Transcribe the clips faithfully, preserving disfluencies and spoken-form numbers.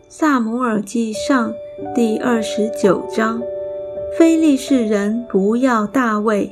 撒母耳记上第二十九章，非利士人不要大卫。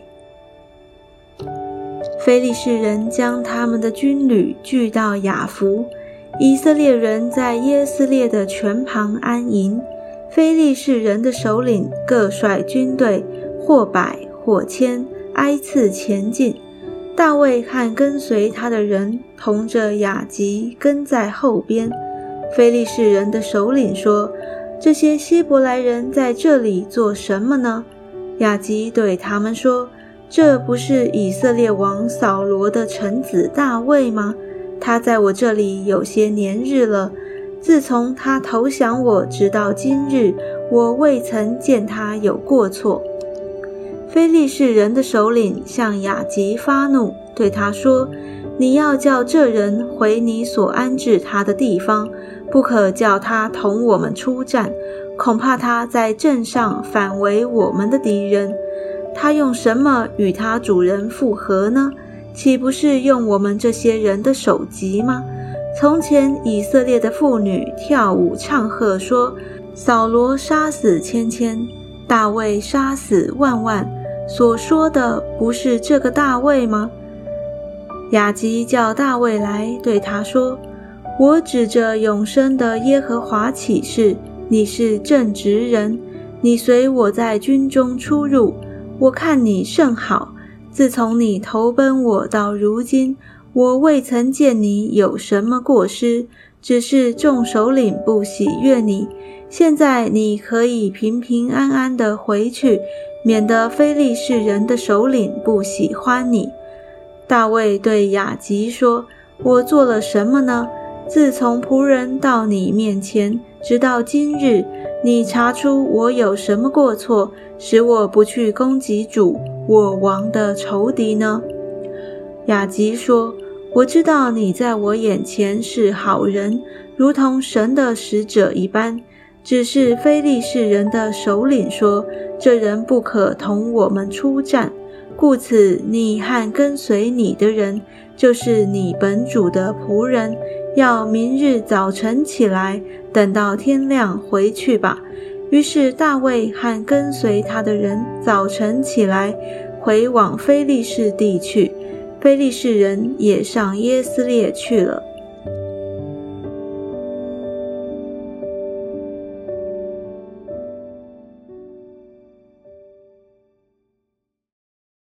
非利士人将他们的军旅聚到雅弗，以色列人在耶斯列的泉旁安营。非利士人的首领各率军队，或百或千，挨次前进。大卫和跟随他的人同着雅吉跟在后边。非利士人的首领说：这些希伯来人在这里做什么呢？雅吉对他们说：这不是以色列王扫罗的臣子大卫吗？他在我这里有些年日了，自从他投降我直到今日，我未曾见他有过错。非利士人的首领向雅吉发怒，对他说：你要叫这人回你所安置他的地方，不可叫他同我们出战，恐怕他在阵上反为我们的敌人。他用什么与他主人复合呢？岂不是用我们这些人的首级吗？从前以色列的妇女跳舞唱和说：扫罗杀死千千，大卫杀死万万，所说的不是这个大卫吗？雅吉叫大卫来，对他说：我指着永生的耶和华起誓，你是正直人，你随我在军中出入，我看你甚好。自从你投奔我到如今，我未曾见你有什么过失，只是众首领不喜悦你。现在你可以平平安安地回去，免得非利士人的首领不喜欢你。大卫对雅吉说：我做了什么呢？自从仆人到你面前，直到今日，你查出我有什么过错，使我不去攻击主我王的仇敌呢？雅吉说：我知道你在我眼前是好人，如同神的使者一般。只是非利士人的首领说：这人不可同我们出战，故此你和跟随你的人，就是你本主的仆人，要明日早晨起来，等到天亮回去吧。于是大卫和跟随他的人早晨起来，回往非利士地去。非利士人也上耶斯列去了。